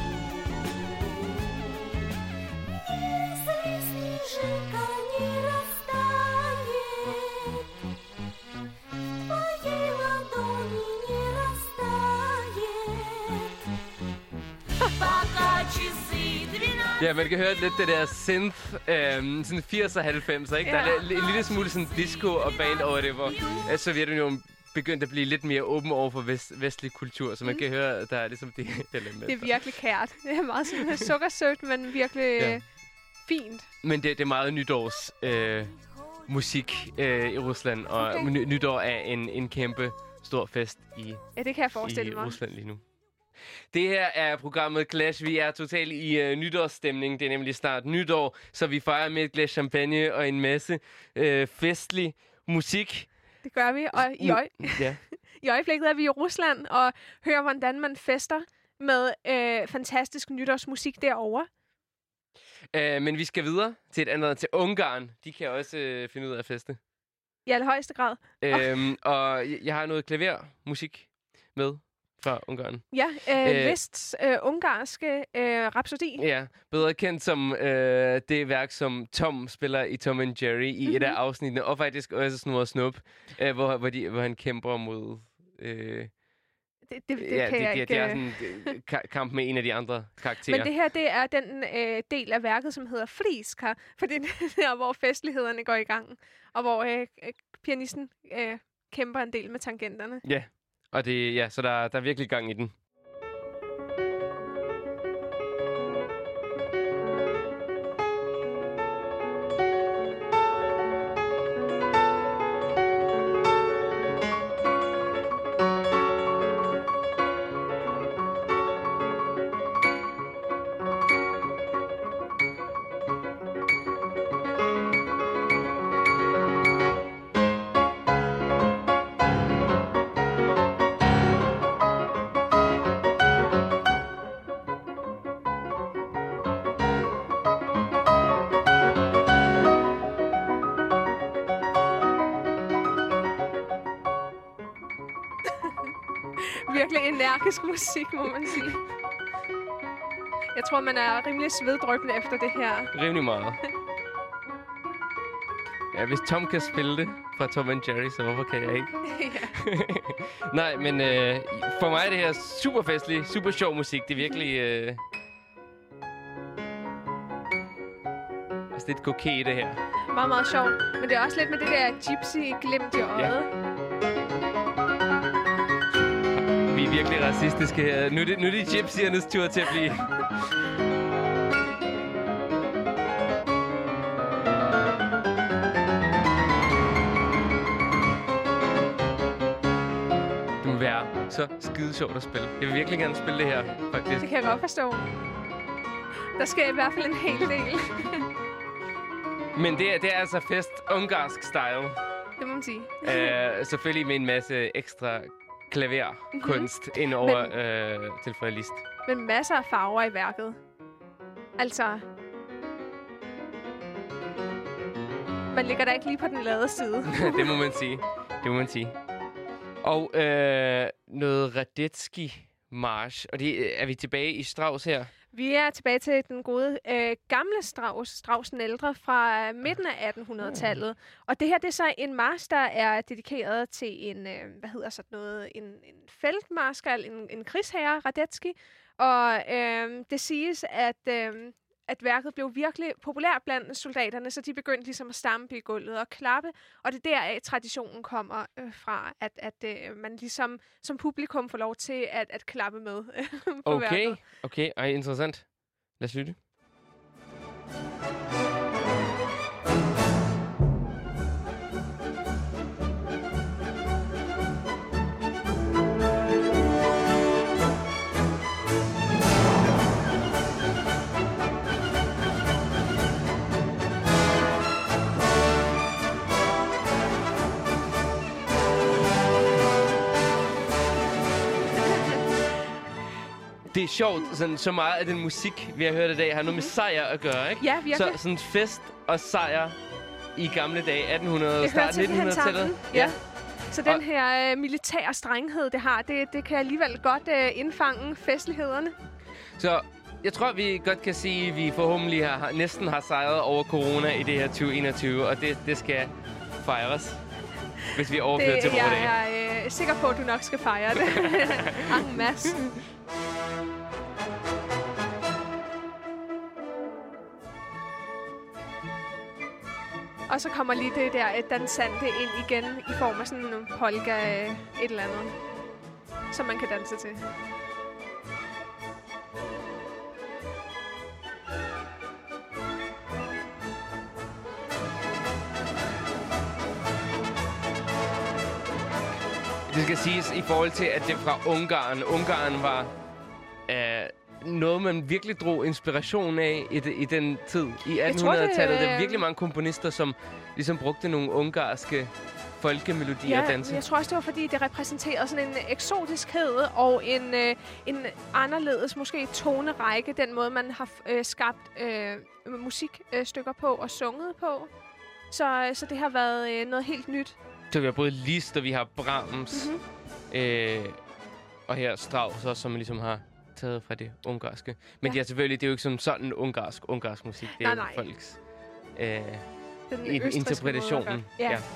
Если снежинка не растает, в твоей ладони не растает. Пока часы двенадцать. Ja, man kan høre lidt det der synth, øhm, sådan firs og halvfemser, ikke? Ja. Der er li- en lille smule sådan disco og band over det, hvor øh, Sovjetunionen begyndte at blive lidt mere åben over for vest- vestlig kultur, så man mm. kan høre, at der er ligesom det element. Det er virkelig kært. Det er meget sådan sukkersødt, men virkelig Ja. ja. fint. Men det, det er meget nytårs øh, musik øh, i Rusland, og Okay. ny- nytår er en, en kæmpe stor fest i Ja, det kan jeg forestille i mig. Rusland lige nu. Det her er programmet Clash. Vi er totalt i uh, nytårsstemning. Det er nemlig snart nytår, så vi fejrer med et glas champagne og en masse uh, festlig musik. Det gør vi. Og i, øje, Ja. i øjeblikket er vi i Rusland og hører, hvordan man fester med øh, fantastisk nytårsmusik derovre. Uh, men vi skal videre til et andet, til Ungarn. De kan også uh, finde ud af at feste. I allerhøjeste grad. Uh, og jeg, jeg har noget klavermusik med fra Ungarn. Ja, øh, Øh. Liszt's øh, ungarske øh, Rhapsodi. Ja, bedre kendt som øh, det værk, som Tom spiller i Tom and Jerry i mm-hmm. et af afsnittene, og faktisk også Snurre og Snup, øh, hvor, hvor, de, hvor han kæmper mod... Øh, Det, det, det ja, kan det, jeg det, ikke... det er sådan en ka- kamp med en af de andre karakterer. Men det her, det er den øh, del af værket, som hedder Friska, for det er der, hvor festlighederne går i gang, og hvor øh, pianisten øh, kæmper en del med tangenterne. Ja, og det, ja, så der, der er virkelig gang i den. Virkelig energisk musik, må man sige. Jeg tror, man er rimelig sveddryppende efter det her. Rimelig meget. Ja, hvis Tom kan spille det fra Tom and Jerry, så hvorfor kan jeg ikke? Ja. Nej, men øh, for mig er det her super festlig, super sjov musik. Det er virkelig... Øh... Altså, det er et koket, det her. Meget, meget sjovt. Men det er også lidt med det der gypsy-glimt i øjet. Vi er virkelig racistiske her. Nu er det, nu er det gypsyernes tur til at blive... Det må være så skide sjovt at spille. Jeg vil virkelig gerne spille det her, faktisk. Det kan jeg godt forstå. Der sker i hvert fald en hel del. Men det er, det er altså fest ungarsk style. Det må man sige. Uh, selvfølgelig med en masse ekstra klaverkunst mm-hmm. ind over Men... uh, til Frederik Liszt. Men masser af farver i værket. Altså... Man ligger da ikke lige på den lade side. Det må man sige. Det må man sige. Og øh, noget Radetzky-march. Og det, er vi tilbage i Strauss her? Vi er tilbage til den gode øh, gamle Strauss, Strauss den ældre, fra midten af attenhundredetallet. Og det her, det er så en march, der er dedikeret til en, øh, hvad hedder sådan noget, en, en feltmarskal, en, en krigsherre, Radetzky. Og øh, det siges, at... Øh, at værket blev virkelig populært blandt soldaterne, så de begyndte ligesom at stampe i gulvet og klappe. Og det er deraf, traditionen kommer øh, fra, at, at øh, man ligesom som publikum får lov til at, at klappe med øh, på Okay, værket. okay. Ej, interessant. Lad os lytte. Det er sjovt, sådan, så meget af den musik, vi har hørt i dag, har noget med sejr at gøre, ikke? Ja, virkelig. Så sådan fest og sejr i gamle dage, atten hundrede, Det hører start simpelthen nittenhundredetallet. sammen. Ja. Så den Og- her øh, militære strenghed, det har, det, det kan alligevel godt øh, indfange festlighederne. Så jeg tror, vi godt kan sige, at vi forhåbentlig har, næsten har sejret over corona i det her tyve enogtyve, og det, det skal fejres, hvis vi overfører Det, til vores dag. jeg er øh, sikker på, at du nok skal fejre det. En masse. Og så kommer lige det der et dansante ind igen i form af sådan en polka, øh, et eller andet, som man kan danse til. Det skal siges i forhold til, at det er fra Ungarn. Ungarn var øh, noget, man virkelig drog inspiration af i, de, i den tid. I attenhundredetallet. Der er virkelig mange komponister, som ligesom brugte nogle ungarske folkemelodier at danse. Jeg tror også, det var, fordi det repræsenterede sådan en eksotiskhed og en, øh, en anderledes, måske tonerække, den måde, man har øh, skabt øh, musikstykker på og sunget på. Så, så det har været øh, noget helt nyt. Så vi har både Liszt, og vi har Brahms. Mm-hmm. Øh, Og her Strauss også, som ligesom har taget fra det ungarske. Men ja, ja selvfølgelig, det er jo ikke som sådan ungarsk, ungarsk musik. Det er nej, jo nej. folks øh, Den in- østrigske interpretationen. måde at gøre- Ja.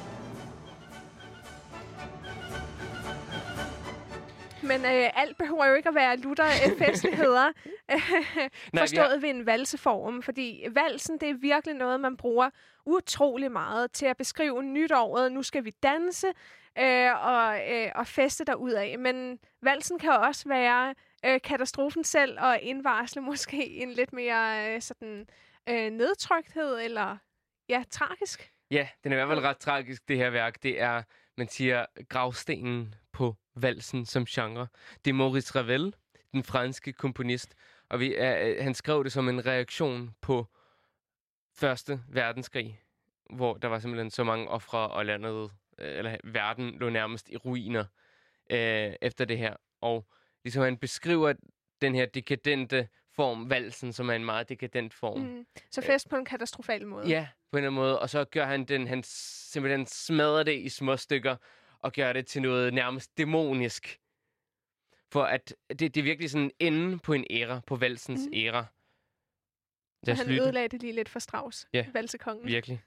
Men øh, alt behøver jo ikke at være lutter øh, festligheder, Nej, forstået vi har- ved en valseform. Fordi valsen, det er virkelig noget, man bruger utrolig meget til at beskrive nytåret. Nu skal vi danse øh, og, øh, og feste derudad. Men valsen kan også være øh, katastrofen selv og indvarsle måske en lidt mere øh, sådan øh, nedtrykthed eller ja, tragisk. Ja, den er i hvert fald ret tragisk, det her værk. Det er, man siger, gravstenen på valsen som genre. Det er Maurice Ravel, den franske komponist, og vi, uh, han skrev det som en reaktion på Første Verdenskrig, hvor der var simpelthen så mange ofre, og landet, eller verden lå nærmest i ruiner uh, efter det her. Og ligesom han beskriver den her dekadente form, valsen, som er en meget dekadent form. Mm. Så fest på en katastrofal måde. Ja, på en eller anden måde. Og så gør han den, han simpelthen smadrer det i små stykker, og gør det til noget nærmest dæmonisk. For at det, det er virkelig sådan enden på en æra, på valsens Mhm. æra. Og Lad os han lytte. ødelagde det lige lidt for Strauss, Ja. valsekongen. Virkelig.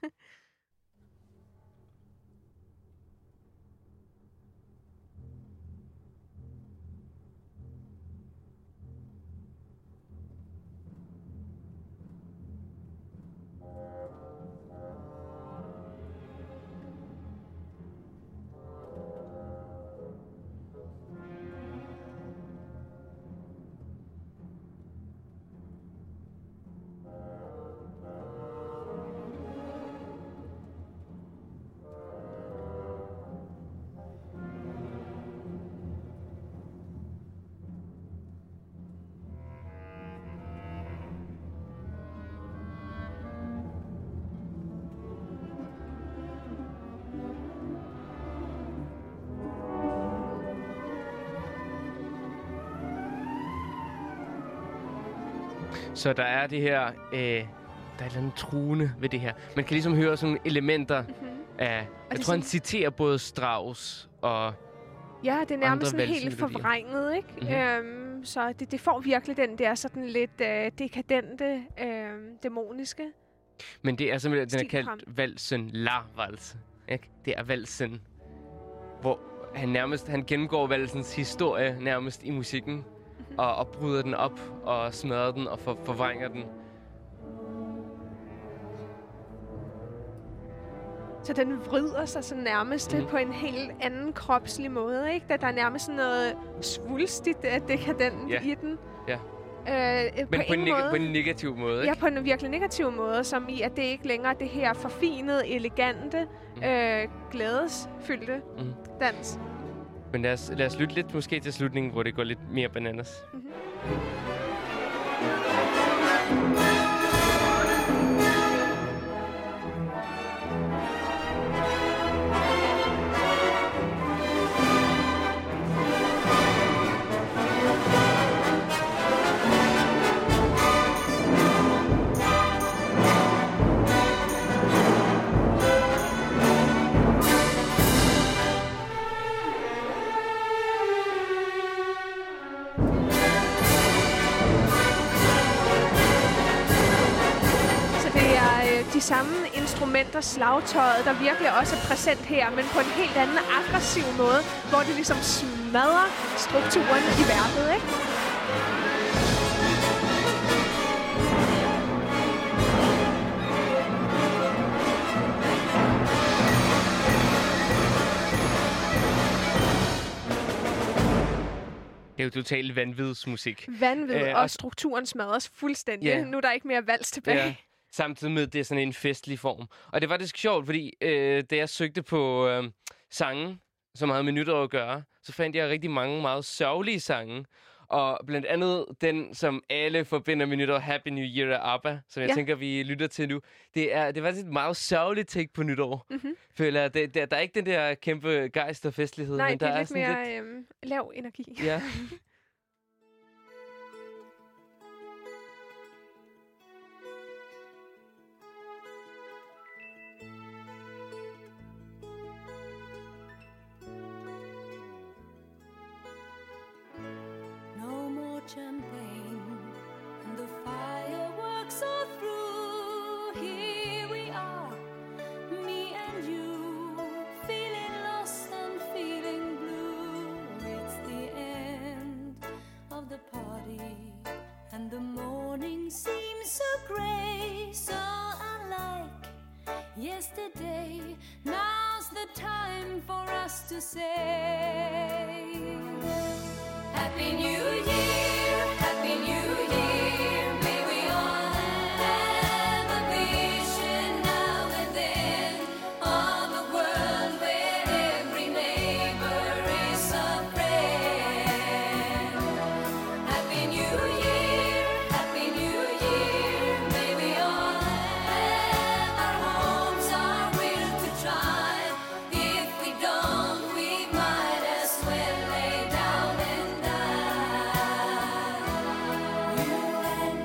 Så der er det her, øh, der er et eller andet truende ved det her. Man kan ligesom høre sådan elementer Mhm. af, jeg det er tror han sådan- citerer både Strauss og, Ja, det er nærmest sådan helt valsemelodier. forvrænget, ikke? Mhm. Øhm, så det, det får virkelig den der sådan lidt øh, dekadente, øh, dæmoniske. men det er simpelthen, den er Stil kaldt valsen La Valse, ikke? Det er valsen, hvor han nærmest, han gennemgår valsens historie nærmest i musikken, Mhm. og, og bryder den op, og smadrer den, og for, forvrænger den. Så den vrider sig sådan nærmest Mhm. mm. på en helt anden kropslig måde, ikke? Der, der er nærmest sådan noget svulstigt uh, dekadent Ja. i den. Ja. Øh, Men på, på en, ingen neg- måde. på en negativ måde, ikke? Ja, på en virkelig negativ måde, som i, at det ikke længere er det her forfinede, elegante, Mhm. øh, glædesfyldte Mhm. dans. Men lad os, lad os lytte lidt måske til slutningen, hvor det går lidt mere bananas. Mhm. Så det er øh, de samme instrumenter, slagtøjet, der virkelig også er præsent her, men på en helt anden aggressiv måde, hvor det ligesom smadrer strukturen i værket, ikke? Det er jo totalt vanvidsmusik. Vanvid, Øh, øh, og- og strukturen smadres fuldstændig. Ja. Nu er der ikke mere vals tilbage. Ja, samtidig med, at det er sådan en festlig form. Og det var faktisk sjovt, fordi øh, da jeg søgte på øh, sange, som havde med nytår at gøre, så fandt jeg rigtig mange meget sørgelige sange. Og blandt andet den, som alle forbinder med nytår, Happy New Year af ABBA, som jeg Ja. tænker, tænker, vi lytter til nu. Det er, det er faktisk et meget sørgeligt take på nytår. Mm-hmm. Føler jeg. Det, der, der er ikke den der kæmpe gejst og festlighed. Nej, men det der er lidt sådan mere øhm, lav energi. Ja. yesterday. Now's the time for us to say Happy New Year, Happy New Year. May we all have a vision now and then of a world where every neighbor is a friend. Happy New Year, Happy New Year. May we all have our homes, our will to try. If we don't, we might as well lay down and die. You and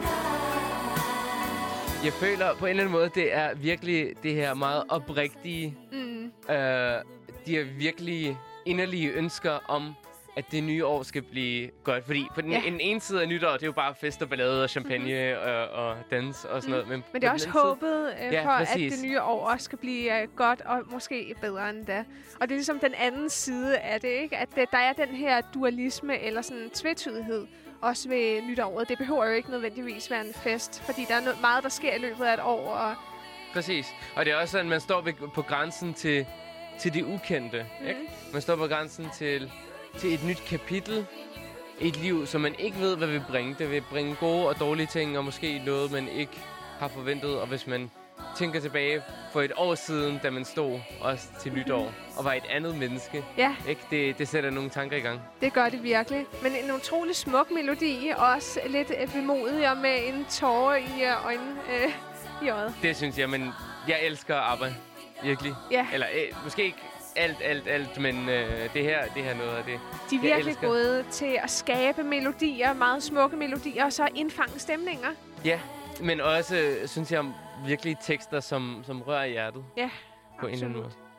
I. Jeg føler på en eller anden måde, det er virkelig det her meget oprigtige, Mm. øh, de her virkelig inderlige ønsker om, at det nye år skal blive godt. Fordi på den, Ja. en ene side af nytår, det er jo bare fest og ballade og champagne mm-hmm. og, og dans og sådan noget. Men, Men det er på også den anden håbet øh, Ja, for, præcis. at det nye år også skal blive øh, godt og måske bedre end da. Og det er ligesom den anden side af det, ikke? At det, der er den her dualisme eller sådan tvetydighed også ved nytåret. Det behøver jo ikke nødvendigvis være en fest, fordi der er noget, meget, der sker i løbet af et år. Og Præcis. Og det er også sådan, at man står ved, på grænsen til, til det ukendte. Mhm. Ikke? Man står på grænsen til, til et nyt kapitel i et liv, som man ikke ved, hvad vil bringe. Det vil bringe gode og dårlige ting, og måske noget, man ikke har forventet. Og hvis man tænker tilbage for et år siden, da man stod også til nytår, og var et andet menneske, ja, ikke? Det, det sætter nogle tanker i gang. det gør det virkelig. Men en utrolig smuk melodi, også lidt øh, vemodig og med en tåre i øh, øjnene øh, i øjet. Det synes jeg, men jeg elsker ABBA. Virkelig. Ja. Eller øh, måske ikke alt, alt, alt, men øh, det her det her er noget af det. De er Jeg virkelig elsker. gode til at skabe melodier, meget smukke melodier, og så indfange stemninger. Ja, men også, øh, synes jeg, virkelig tekster, som, som rører i hjertet Ja, på en eller anden måde. absolut.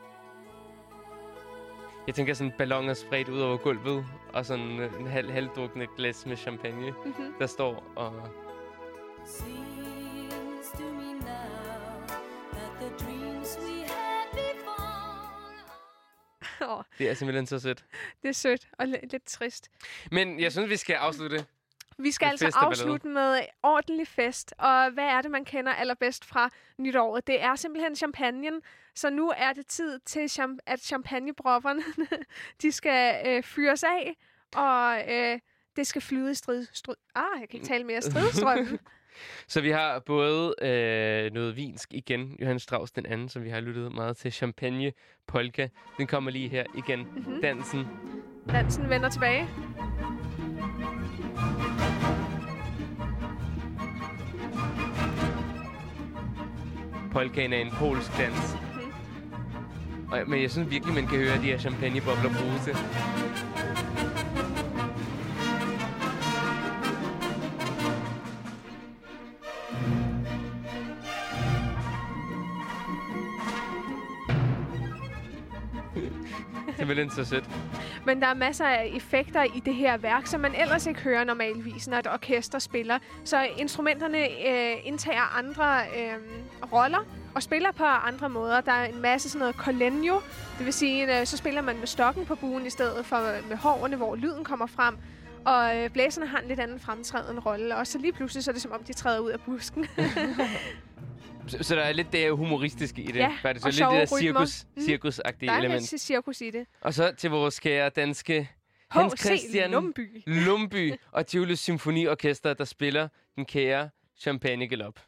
Jeg tænker sådan balloner spredt ud over gulvet, og sådan øh, en halv, halvdrukne glas med champagne, Mm-hmm. der står og... Seems to me now that the dreams we had before Oh, Det er simpelthen så sødt. det er sødt og li- lidt trist. Men jeg synes, vi skal afslutte. Vi skal Med altså fest og ballade. afslutte med ordentlig fest. Og hvad er det, man kender allerbedst fra nytåret? Det er simpelthen champagnen. Så nu er det tid til, cham- at champagnebropperne de skal øh, fyres af. Og øh, det skal flyde i strid... strid ah, jeg kan ikke tale mere. Stridstrømmen. Så vi har både øh, noget vinsk igen, Johannes Strauss den anden, som vi har lyttet meget til, champagne, polka. Den kommer lige her igen. Mhm. Dansen. Dansen vender tilbage. Polkaen er en polsk dans. Og, men jeg synes virkelig, man kan høre de her champagnebobler bruge til. Simpelthen så sødt. Men der er masser af effekter i det her værk, som man ellers ikke hører normalvis, når et orkester spiller. Så instrumenterne øh, indtager andre øh, roller og spiller på andre måder. Der er en masse sådan noget collegno, det vil sige, øh, så spiller man med stokken på buen i stedet for med hårene, hvor lyden kommer frem. Og øh, blæserne har en lidt anden fremtrædende rolle. Og så lige pludselig så er det som om, de træder ud af busken. Så, så der er lidt det humoristiske i det. Ja, faktisk. og Så lidt det der sjove rytmer. cirkus, Mm. cirkusagtige Der er element. lidt cirkus i det. Og så til vores kære danske Hans H C Christian Lumby. Lumby og Tivolis Symfoniorkester, der spiller den kære Champagne Galop.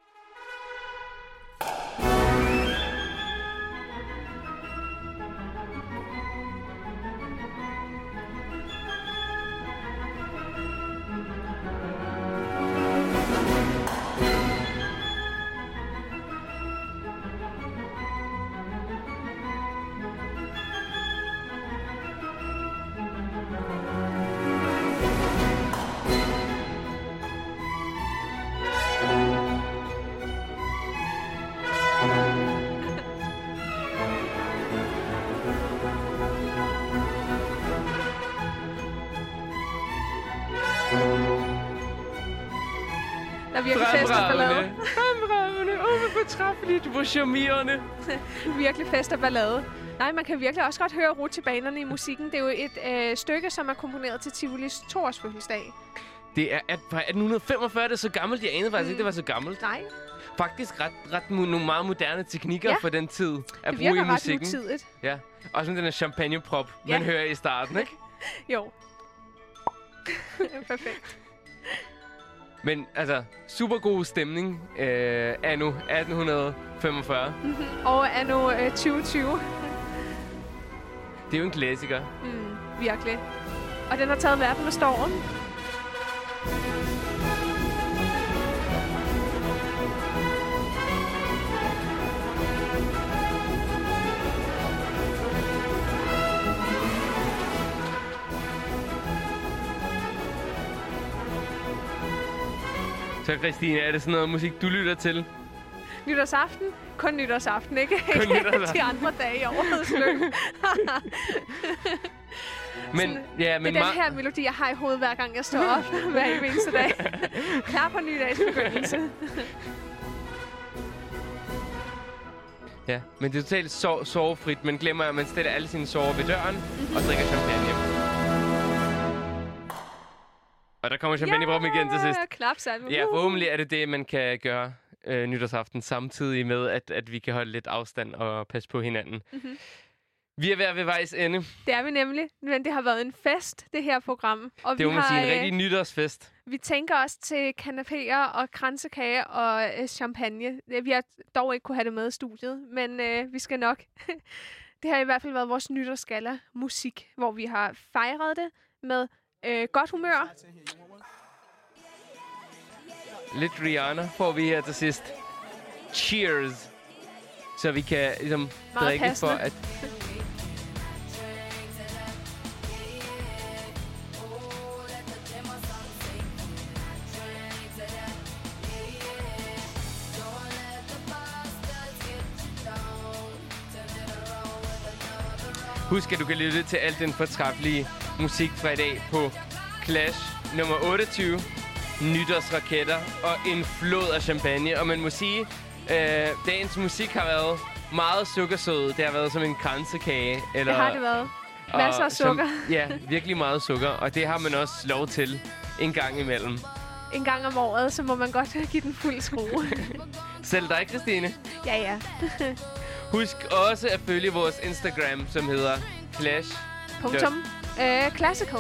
Der er virkelig fest og ballade. Fremragende, ufortræffeligt, hvor charmerende. Virkelig fest og ballade. Nej, man kan virkelig også godt høre rutsjebanerne i musikken. Det er jo et øh, stykke, som er komponeret til Tivolis toårs fødselsdag. Det er at, fra atten femogfyrre, det er så gammelt. Jeg anede faktisk Mm. ikke, det var så gammelt. Nej, Faktisk ret, ret mu- nogle meget moderne teknikker Ja. for den tid at det bruge virker i ret musikken. nutidigt. Ja. Og sådan den her champagneprop, Ja. man hører i starten, ikke? Jo. Perfekt. Men altså, super god stemning øh, anno atten femogfyrre. Og anno øh, tyve tyve. Det er jo en klassiker. Mm, virkelig. Og den har taget verden med storm. Så Christine, er det sådan noget musik, du lytter til? Nytårsaften. Kun nytårsaften, ikke? Kun nytårsaften. De andre dage i årets løb. Men, ja, men det er ma- den her melodi, jeg har i hovedet, hver gang jeg står op. Hver eneste dag. Klar på ny dags begyndelse. Ja, men det er totalt so- sorgfrit. Man glemmer, at man stiller alle sine sorger ved døren og drikker champagne. Og der kommer champagneproppen igen til sidst. Klap sammen. Ja, forhåbentlig er det det, man kan gøre øh, nytårsaften, samtidig med, at, at vi kan holde lidt afstand og passe på hinanden. Mhm. Vi er ved ved vejs ende. Det er vi nemlig. Men det har været en fest, det her program. Og Det må vi man har, sige, en øh, rigtig nytårsfest. Vi tænker også til kanapéer og kransekage og øh, champagne. Vi har dog ikke kunne have det med i studiet, men øh, vi skal nok. Det har i hvert fald været vores nytårsgalla musik, hvor vi har fejret det med øh, godt humør. Lidt Rihanna får vi her til sidst. Cheers! Så vi kan ligesom Meget drikke passende. for at... Husk, at du kan lytte til alt den fortræffelige musik fra i dag på Clash nummer otteogtyve, nytårsraketter og en flod af champagne. Og man må sige, øh, dagens musik har været meget sukkersød. Det har været som en kransekage. Eller, Det har det været. Masser af og sukker. Som, ja, virkelig meget sukker. Og det har man også lov til en gang imellem. En gang om året, så må man godt give den fuld skrue. Selv dig, Christine. Ja, ja. Husk også at følge vores Instagram, som hedder Clash. Punktum. Øh, classical.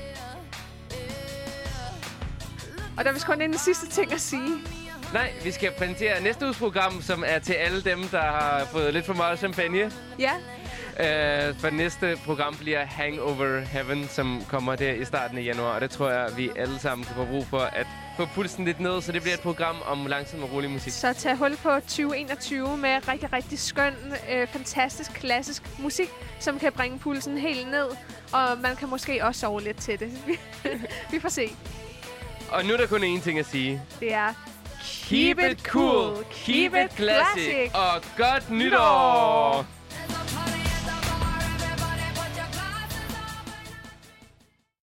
Og der er vist kun en sidste ting at sige. Nej, vi skal præsentere næste uges program, som er til alle dem, der har fået lidt for meget champagne. Ja, Uh, for næste program bliver Hangover Heaven, som kommer der i starten af januar. Og det tror jeg, vi alle sammen kan få brug for at få pulsen lidt ned. Så det bliver et program om langsom og rolig musik. så tag hul på tyve enogtyve med rigtig, rigtig skøn, øh, fantastisk, klassisk musik, som kan bringe pulsen helt ned. Og man kan måske også sove lidt til det. Vi får se. Og nu er der kun én ting at sige. Det er Keep it cool, keep it classic, og godt nytår!